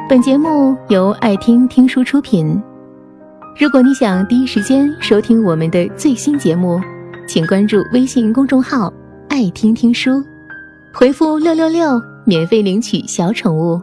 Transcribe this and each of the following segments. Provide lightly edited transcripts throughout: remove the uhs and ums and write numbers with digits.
本节目由爱听听书出品。如果你想第一时间收听我们的最新节目，请关注微信公众号爱听听书，回复666免费领取小宠物。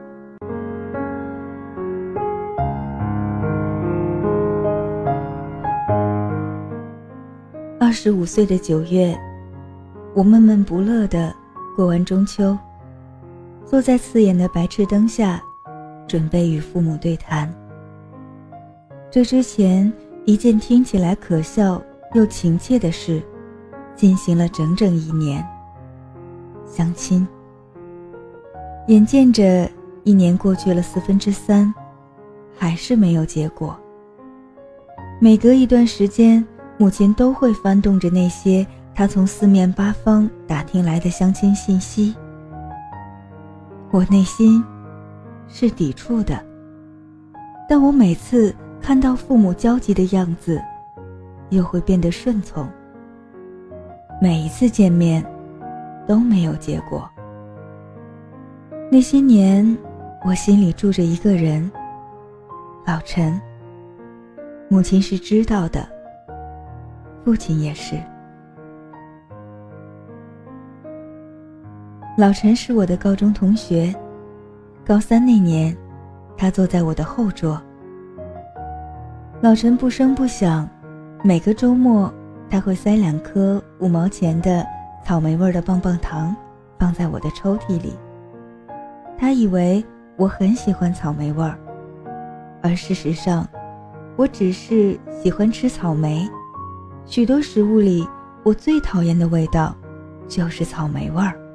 25岁的9月，我闷闷不乐地过完中秋，坐在刺眼的白炽灯下，准备与父母对谈。这之前，一件听起来可笑又情切的事进行了整整1年，相亲。眼见着1年过去了3/4，还是没有结果。每隔一段时间，母亲都会翻动着那些她从四面八方打听来的相亲信息。我内心是抵触的，但我每次看到父母焦急的样子，又会变得顺从。每一次见面都没有结果。那些年，我心里住着一个人，老陈。母亲是知道的，父亲也是。老陈是我的高中同学，高3那年，他坐在我的后桌。老陈不声不响，每个周末他会塞2颗5毛钱的草莓味的棒棒糖放在我的抽屉里。他以为我很喜欢草莓味儿，而事实上，我只是喜欢吃草莓。许多食物里，我最讨厌的味道就是草莓味儿。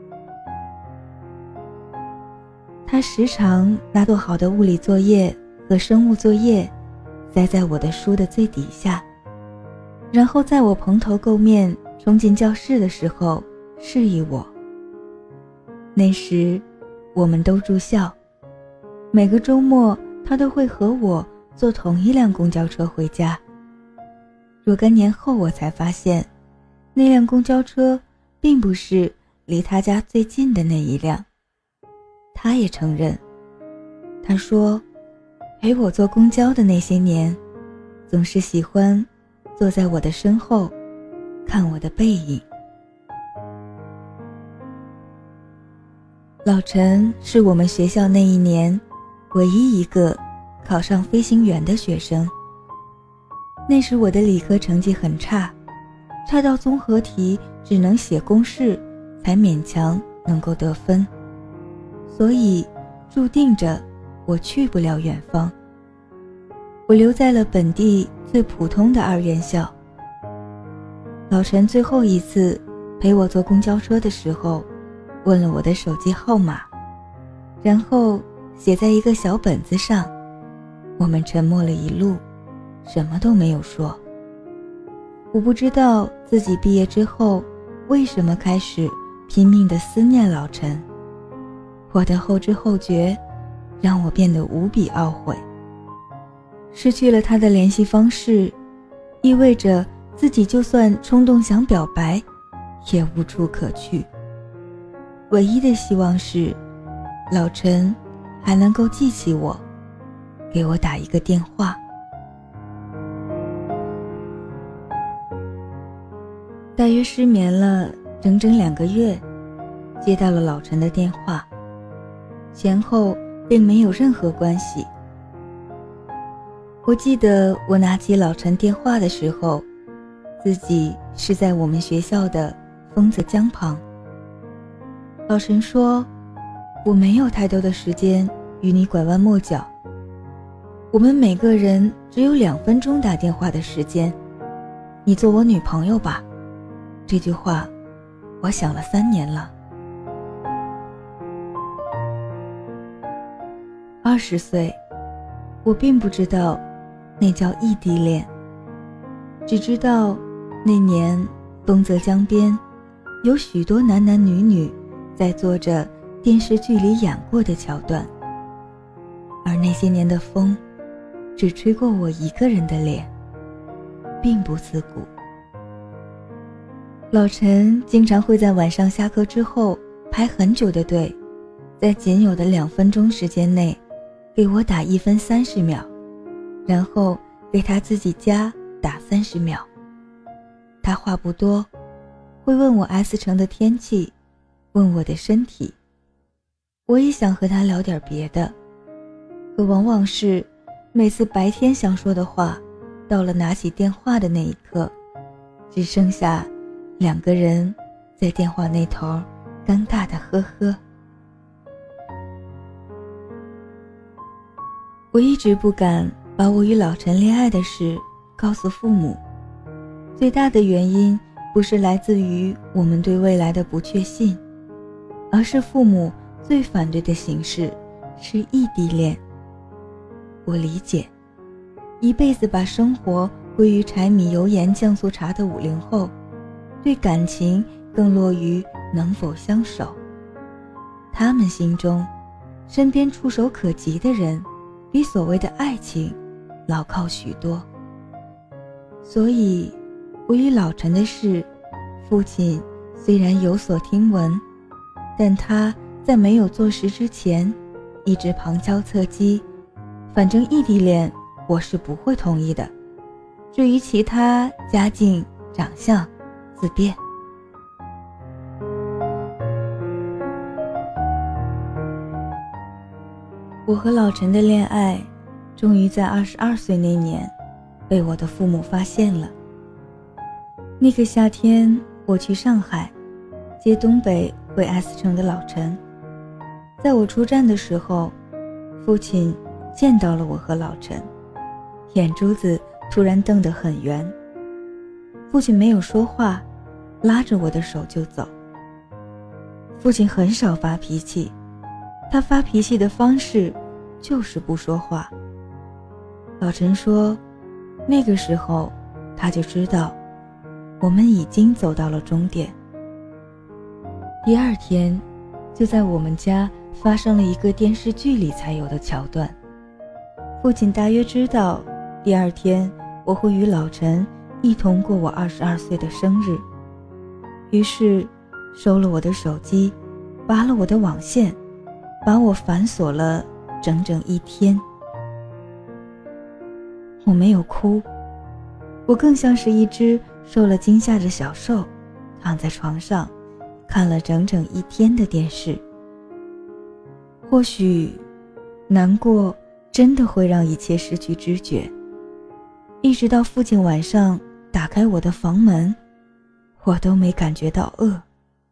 他时常拿做好的物理作业和生物作业塞在我的书的最底下，然后在我蓬头垢面冲进教室的时候示意我。那时我们都住校，每个周末他都会和我坐同一辆公交车回家。若干年后我才发现，那辆公交车并不是离他家最近的那一辆。他也承认，他说陪我坐公交的那些年，总是喜欢坐在我的身后看我的背影。老陈是我们学校那一年唯一一个考上飞行员的学生。那时我的理科成绩很差，差到综合题只能写公式才勉强能够得分，所以注定着我去不了远方。我留在了本地最普通的2院校。老陈最后一次陪我坐公交车的时候，问了我的手机号码，然后写在一个小本子上。我们沉默了一路，什么都没有说。我不知道自己毕业之后为什么开始拼命地思念老陈。我的后知后觉让我变得无比懊悔。失去了他的联系方式，意味着自己就算冲动想表白，也无处可去。唯一的希望是，老陈还能够记起我，给我打一个电话。大约失眠了整整2个月，接到了老陈的电话，前后并没有任何关系。我记得我拿起老陈电话的时候，自己是在我们学校的丰泽江旁。老陈说，我没有太多的时间与你拐弯抹角，我们每个人只有2分钟打电话的时间，你做我女朋友吧。这句话我想了3年了。20岁，我并不知道那叫异地恋，只知道那年丰泽江边有许多男男女女在做着电视剧里演过的桥段，而那些年的风只吹过我一个人的脸，并不刺骨。老陈经常会在晚上下课之后排很久的队， 在仅有的2分钟时间内给我打1分30秒，然后给他自己家打30秒。他话不多，会问我 S 城的天气，问我的身体。我也想和他聊点别的，可往往是每次白天想说的话，到了拿起电话的那一刻，只剩下2个人在电话那头尴尬的呵呵。我一直不敢把我与老陈恋爱的事告诉父母，最大的原因不是来自于我们对未来的不确信，而是父母最反对的形式是异地恋。我理解，一辈子把生活归于柴米油盐酱醋茶的50后，对感情更落于能否相守。他们心中，身边触手可及的人比所谓的爱情牢靠许多。所以我与老陈的事，父亲虽然有所听闻，但他在没有坐实之前一直旁敲侧击，反正异地恋我是不会同意的，至于其他家境长相自便。我和老陈的恋爱终于在22岁那年被我的父母发现了。那个夏天我去上海接东北回 S 城的老陈，在我出站的时候，父亲见到了我和老陈，眼珠子突然瞪得很圆。父亲没有说话，拉着我的手就走。父亲很少发脾气，他发脾气的方式就是不说话。老陈说，那个时候他就知道我们已经走到了终点。第2天，就在我们家发生了一个电视剧里才有的桥段。父亲大约知道第2天我会与老陈一同过我22岁的生日，于是收了我的手机，拔了我的网线，把我反锁了整整1天。我没有哭，我更像是一只受了惊吓的小兽，躺在床上看了整整1天的电视。或许难过真的会让一切失去知觉，一直到父亲晚上打开我的房门，我都没感觉到饿。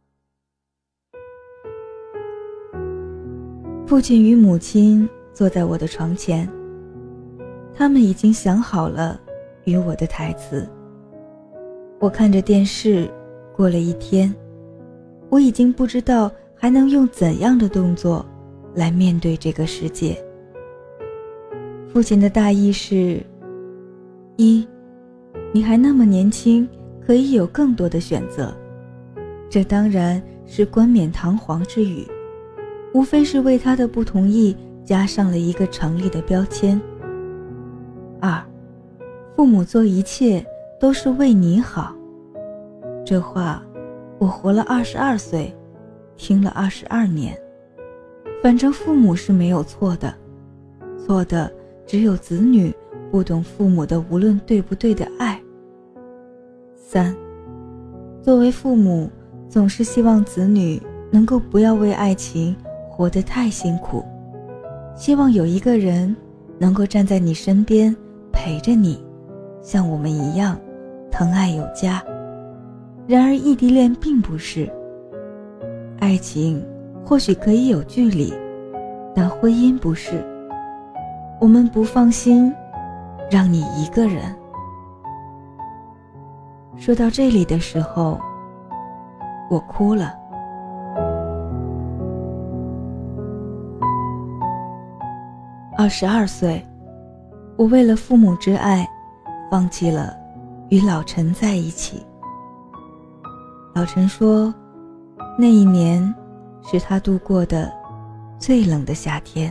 父亲与母亲坐在我的床前，他们已经想好了与我的台词。我看着电视过了1天，我已经不知道还能用怎样的动作来面对这个世界。父亲的大意是：一，你还那么年轻，可以有更多的选择。这当然是冠冕堂皇之语，无非是为他的不同意加上了一个成立的标签。2，父母做一切都是为你好。这话我活了22岁，听了22年。反正父母是没有错的，错的只有子女不懂父母的无论对不对的爱。3，作为父母，总是希望子女能够不要为爱情活得太辛苦，希望有一个人能够站在你身边陪着你，像我们一样疼爱有加。然而异地恋并不是，爱情或许可以有距离，但婚姻不是。我们不放心让你一个人。说到这里的时候，我哭了。22岁，我为了父母之爱，放弃了与老陈在一起。老陈说，那一年是他度过的最冷的夏天。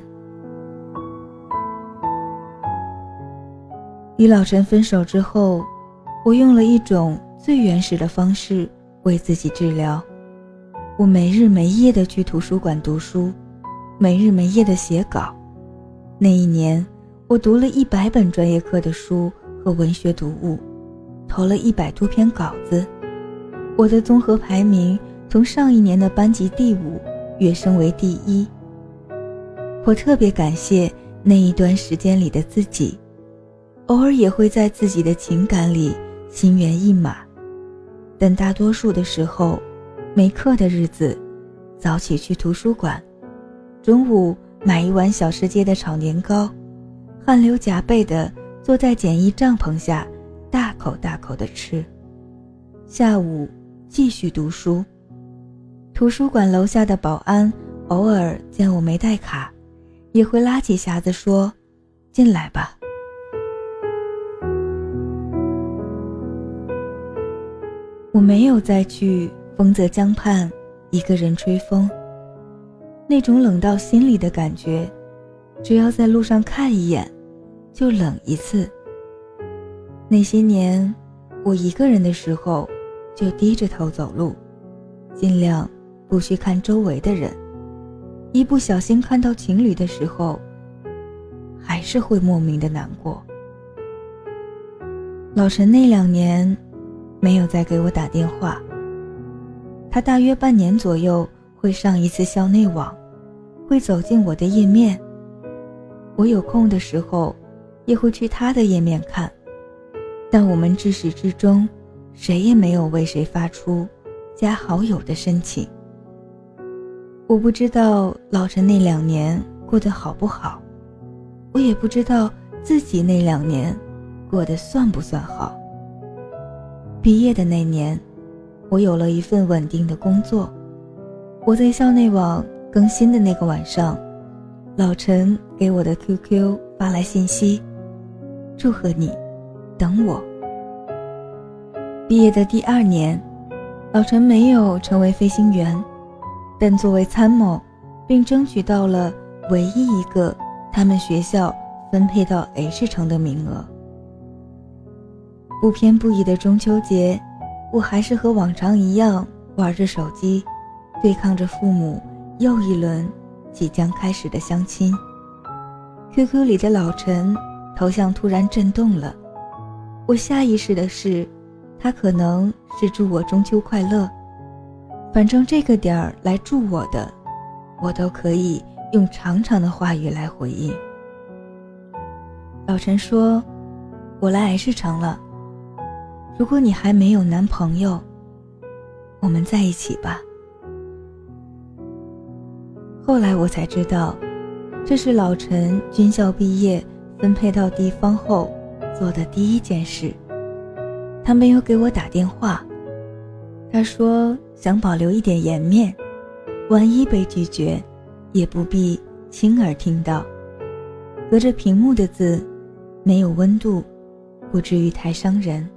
与老陈分手之后，我用了一种最原始的方式为自己治疗。我没日没夜地去图书馆读书， 没日没夜地写稿。那一年，我读了100本专业课的书和文学读物，投了100多篇稿子。我的综合排名从上一年的班级第5跃升为第1。我特别感谢那一段时间里的自己，偶尔也会在自己的情感里心猿意马，但大多数的时候，没课的日子，早起去图书馆，中午买一碗小吃街的炒年糕，汗流浃背地坐在简易帐篷下大口大口地吃，下午继续读书。图书馆楼下的保安偶尔见我没带卡，也会拉起匣子说：“进来吧。”我没有再去丰泽江畔一个人吹风，那种冷到心里的感觉，只要在路上看一眼，就冷一次。那些年，我一个人的时候，就低着头走路，尽量不去看周围的人。一不小心看到情侣的时候，还是会莫名的难过。老陈那2年没有再给我打电话，他大约半年左右会上一次校内网，会走进我的页面。我有空的时候也会去他的页面看，但我们至始至终谁也没有为谁发出加好友的申请。我不知道老陈那2年过得好不好，我也不知道自己那2年过得算不算好。毕业的那年，我有了一份稳定的工作。我在校内网更新的那个晚上，老陈给我的 QQ 发来信息：“祝贺你，等我。”毕业的第2年，老陈没有成为飞行员，但作为参谋，并争取到了唯一一个他们学校分配到 H 城的名额。不偏不倚的中秋节，我还是和往常一样玩着手机，对抗着父母又一轮即将开始的相亲。 QQ 里的老陈头像突然震动了，我下意识的是他可能是祝我中秋快乐，反正这个点儿来祝我的，我都可以用长长的话语来回应。老陈说：“我来 H 城了，如果你还没有男朋友，我们在一起吧。”后来我才知道，这是老陈军校毕业分配到地方后做的第1件事。他没有给我打电话，他说想保留一点颜面，万一被拒绝，也不必亲耳听到。隔着屏幕的字，没有温度，不至于太伤人。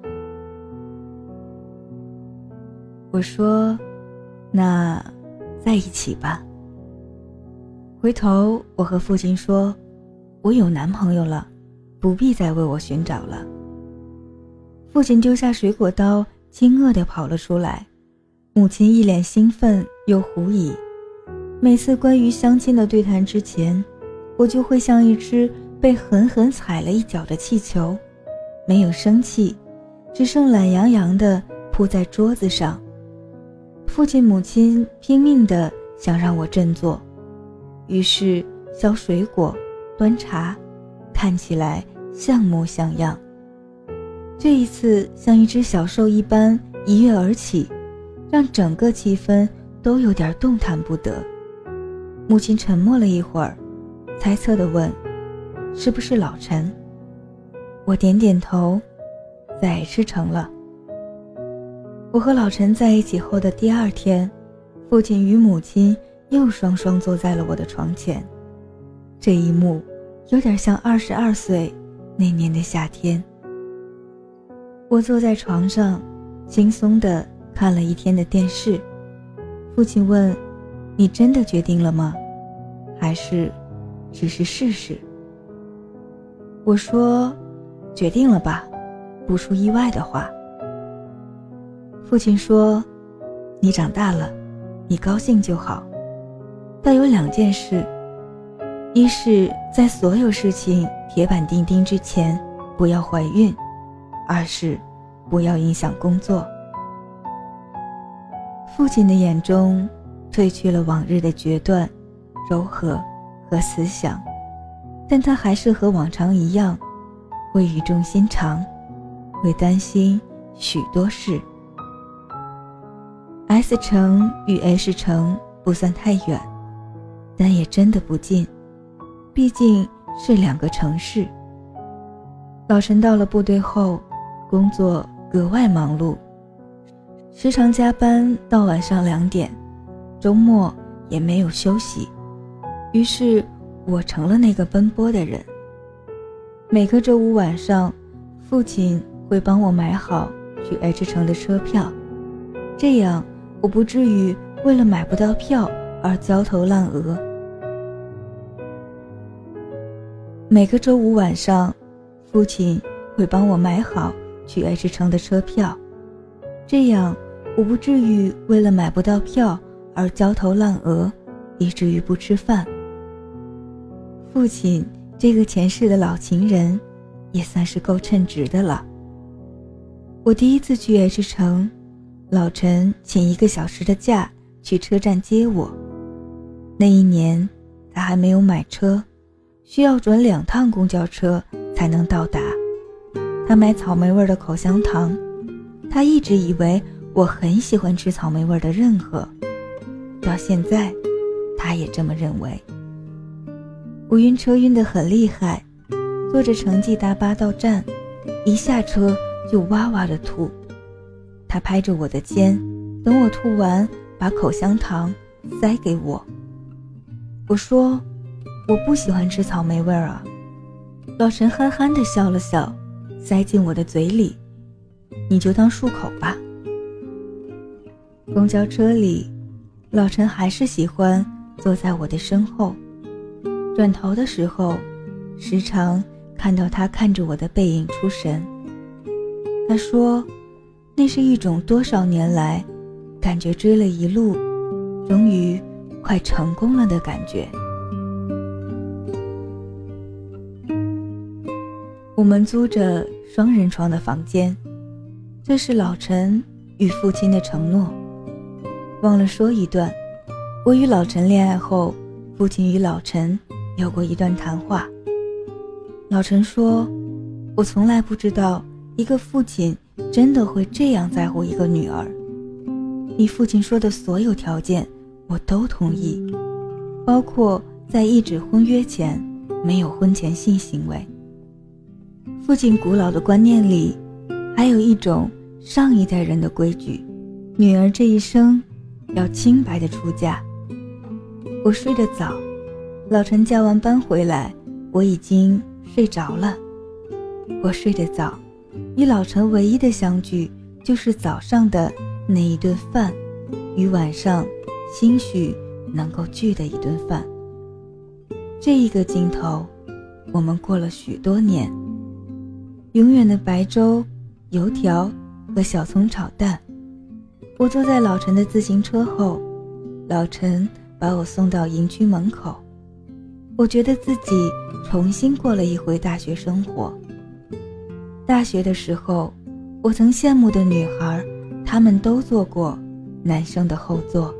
我说：“那在一起吧。”回头我和父亲说：“我有男朋友了，不必再为我寻找了。”父亲丢下水果刀，惊愕地跑了出来。母亲一脸兴奋又狐疑。每次关于相亲的对谈之前，我就会像一只被狠狠踩了一脚的气球，没有生气，只剩懒洋洋地扑在桌子上。父亲母亲拼命地想让我振作，于是削水果、端茶，看起来像模像样。这一次像一只小兽一般一跃而起，让整个气氛都有点动弹不得。母亲沉默了一会儿，猜测地问：“是不是老陈？”我点点头，在 H 城了。我和老陈在一起后的第2天，父亲与母亲又双双坐在了我的床前。这一幕有点像22岁那年的夏天。我坐在床上，轻松地看了一天的电视。父亲问：“你真的决定了吗？还是只是试试？”我说：“决定了吧，不出意外的话。”父亲说：“你长大了，你高兴就好。但有2件事一是在所有事情铁板钉钉之前不要怀孕，二是不要影响工作。父亲的眼中褪去了往日的决断、柔和和思想，但他还是和往常一样，会语重心长，会担心许多事。S 城与 H 城不算太远，但也真的不近，毕竟是2个城市。老陈到了部队后，工作格外忙碌，时常加班到晚上2点，周末也没有休息。于是我成了那个奔波的人。每个周五晚上，父亲会帮我买好去 H 城的车票，这样我不至于为了买不到票而焦头烂额。每个周五晚上，父亲会帮我买好去 H 城的车票，这样我不至于为了买不到票而焦头烂额，以至于不吃饭。父亲这个前世的老情人也算是够称职的了。我第一次去 H 城，老陈请1个小时的假去车站接我。那一年他还没有买车，需要转2趟公交车才能到达。他买草莓味的口香糖，他一直以为我很喜欢吃草莓味的任何，到现在他也这么认为。我晕车晕得很厉害，坐着城际大巴到站，一下车就哇哇的吐。他拍着我的肩，等我吐完把口香糖塞给我。我说我不喜欢吃草莓味啊。老陈憨憨地笑了笑，塞进我的嘴里，你就当漱口吧。公交车里，老陈还是喜欢坐在我的身后，转头的时候时常看到他看着我的背影出神。他说那是一种多少年来感觉追了一路终于快成功了的感觉。我们租着双人床的房间，这是老陈与父亲的承诺。忘了说一段，我与老陈恋爱后，父亲与老陈有过一段谈话。老陈说，我从来不知道一个父亲真的会这样在乎一个女儿。你父亲说的所有条件我都同意，包括在一纸婚约前没有婚前性行为。父亲古老的观念里还有一种上一代人的规矩，女儿这一生要清白的出嫁。我睡得早，老陈加完班回来，我已经睡着了。我睡得早，与老陈唯一的相聚就是早上的那一顿饭，与晚上兴许能够聚的一顿饭。这一个镜头我们过了许多年，永远的白粥、油条和小葱炒蛋。我坐在老陈的自行车后，老陈把我送到营区门口。我觉得自己重新过了一回大学生活。大学的时候，我曾羡慕的女孩，她们都坐过男生的后座。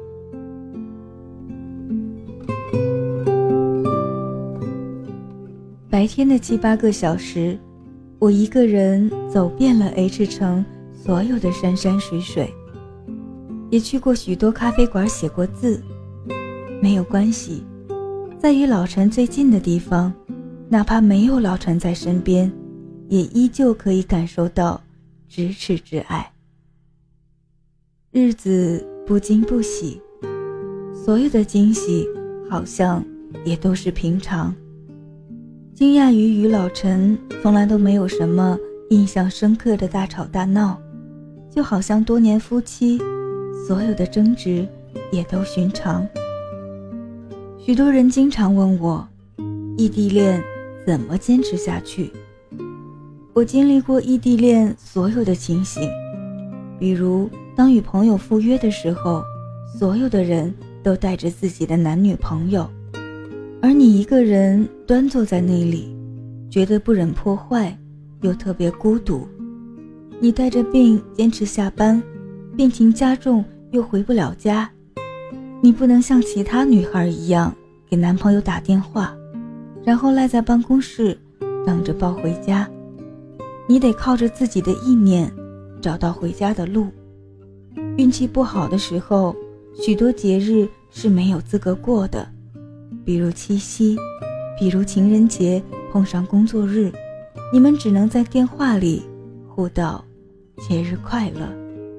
白天的7、8个小时，我一个人走遍了 H 城所有的山山水水，也去过许多咖啡馆写过字。没有关系，在与老陈最近的地方，哪怕没有老陈在身边，也依旧可以感受到咫尺之爱。日子不惊不喜，所有的惊喜好像也都是平常。惊讶于与老陈从来都没有什么印象深刻的大吵大闹，就好像多年夫妻，所有的争执也都寻常。许多人经常问我，异地恋怎么坚持下去？我经历过异地恋所有的情形，比如当与朋友赴约的时候，所有的人都带着自己的男女朋友， 而你一个人端坐在那里，觉得不忍破坏，又特别孤独。你带着病坚持下班，病情加重又回不了家。你不能像其他女孩一样给男朋友打电话，然后赖在办公室等着抱回家。你得靠着自己的意念找到回家的路。运气不好的时候，许多节日是没有资格过的，比如七夕，比如情人节碰上工作日，你们只能在电话里互道节日快乐。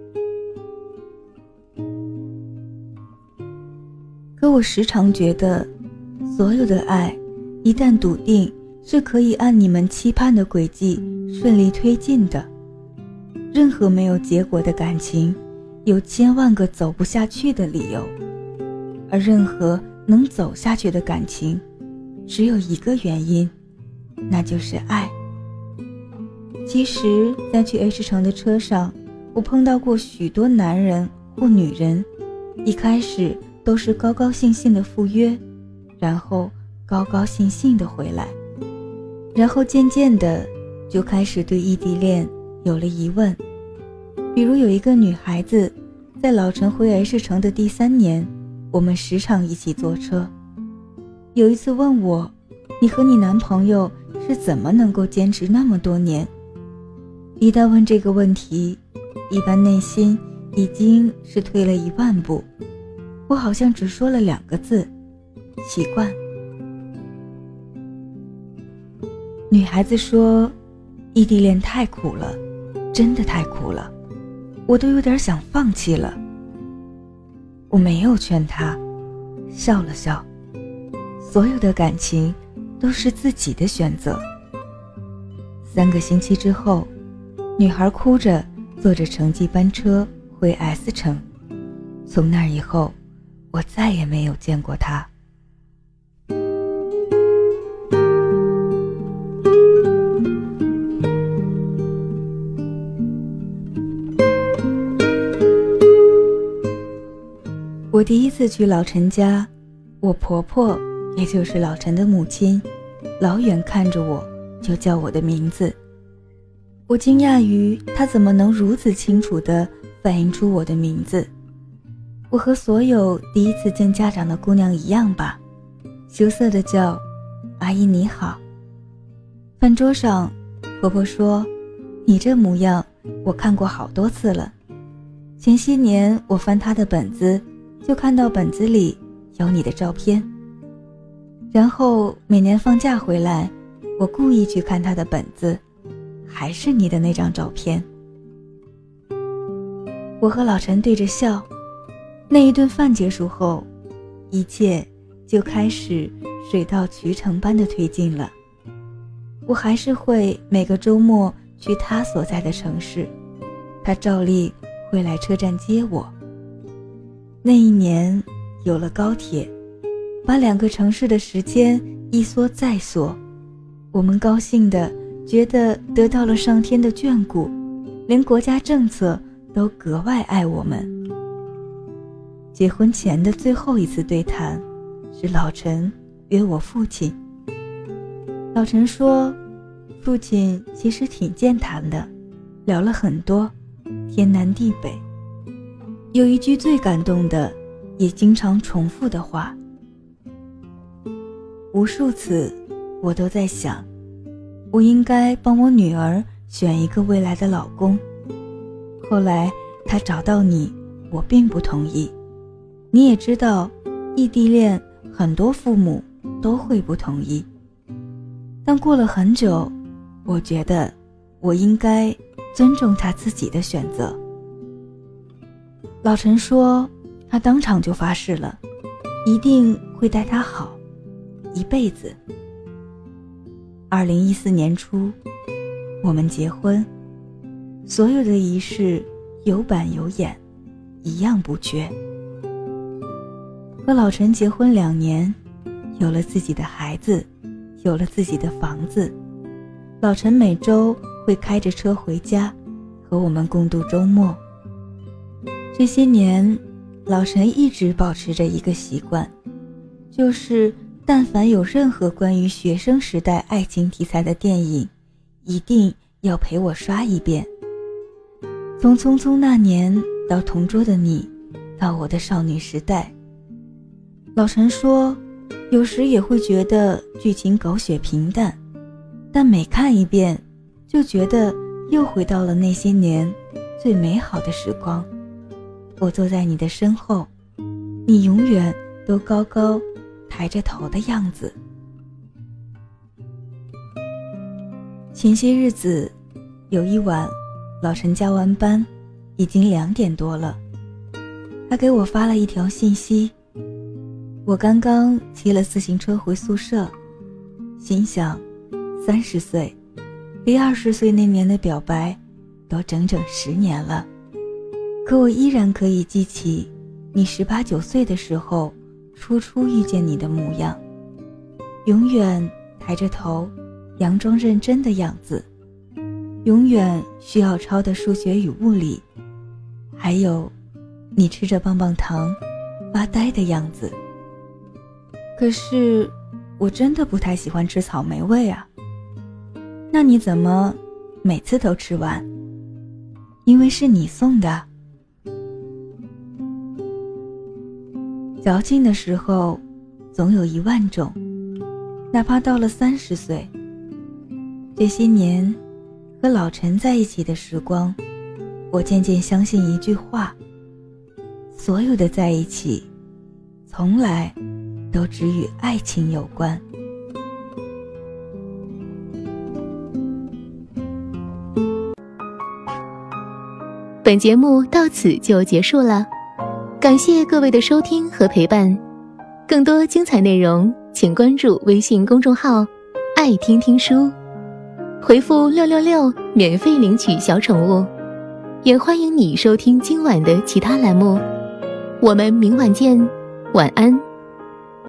可我时常觉得，所有的爱一旦笃定，是可以按你们期盼的轨迹顺利推进的。任何没有结果的感情，有千万个走不下去的理由，而任何能走下去的感情，只有一个原因，那就是爱。其实在去 H 城的车上，我碰到过许多男人或女人，一开始都是高高兴兴的赴约，然后高高兴兴的回来，然后渐渐的就开始对异地恋有了疑问。比如有一个女孩子，在老陈回 H 城的第3年，我们时常一起坐车。有一次问我，你和你男朋友是怎么能够坚持那么多年？一旦问这个问题，一般内心已经是退了1万步。我好像只说了2个字：习惯。女孩子说，异地恋太苦了，真的太苦了，我都有点想放弃了。我没有劝她，笑了笑，所有的感情都是自己的选择。3个星期之后，女孩哭着坐着城际班车回 S 城，从那以后，我再也没有见过她。我第一次去老陈家，我婆婆，也就是老陈的母亲，老远看着我就叫我的名字。我惊讶于她怎么能如此清楚地反映出我的名字。我和所有第一次见家长的姑娘一样吧，羞涩地叫阿姨你好。饭桌上，婆婆说，你这模样我看过好多次了。前些年我翻她的本子，就看到本子里有你的照片。然后每年放假回来，我故意去看她的本子，还是你的那张照片。我和老陈对着笑。那一顿饭结束后，一切就开始水到渠成般的推进了。我还是会每个周末去他所在的城市，他照例会来车站接我。那一年有了高铁，把2个城市的时间一缩再缩，我们高兴地觉得得到了上天的眷顾，连国家政策都格外爱我们。结婚前的最后一次对谈，是老陈约我父亲。老陈说，父亲其实挺健谈的，聊了很多，天南地北。有一句最感动的，也经常重复的话。无数次我都在想，我应该帮我女儿选一个未来的老公。后来他找到你，我并不同意。你也知道，异地恋很多父母都会不同意。但过了很久，我觉得我应该尊重他自己的选择。老陈说，他当场就发誓了，一定会待他好，一辈子。2014年初，我们结婚，所有的仪式有板有眼，一样不缺。和老陈结婚2年，有了自己的孩子，有了自己的房子。老陈每周会开着车回家，和我们共度周末。这些年，老陈一直保持着一个习惯，就是但凡有任何关于学生时代爱情题材的电影，一定要陪我刷一遍。从匆匆那年到同桌的你，到我的少女时代。老陈说，有时也会觉得剧情狗血平淡，但每看一遍，就觉得又回到了那些年最美好的时光。我坐在你的身后，你永远都高高抬着头的样子。前些日子有一晚，老陈加完班，已经2点多了，他给我发了一条信息。我刚刚骑了自行车回宿舍，心想30岁离20岁那年的表白都整整10年了，可我依然可以记起你18、19岁的时候初初遇见你的模样，永远抬着头，佯装认真的样子，永远需要抄的数学与物理，还有你吃着棒棒糖发呆的样子。可是我真的不太喜欢吃草莓味啊。那你怎么每次都吃完？因为是你送的。矫情的时候总有10000种，哪怕到了30岁。这些年和老陈在一起的时光，我渐渐相信一句话：所有的在一起从来都只与爱情有关。 本节目到此就结束了，感谢各位的收听和陪伴。更多精彩内容请关注微信公众号爱听听书，回复666免费领取小宠物。也欢迎你收听今晚的其他栏目，我们明晚见，晚安。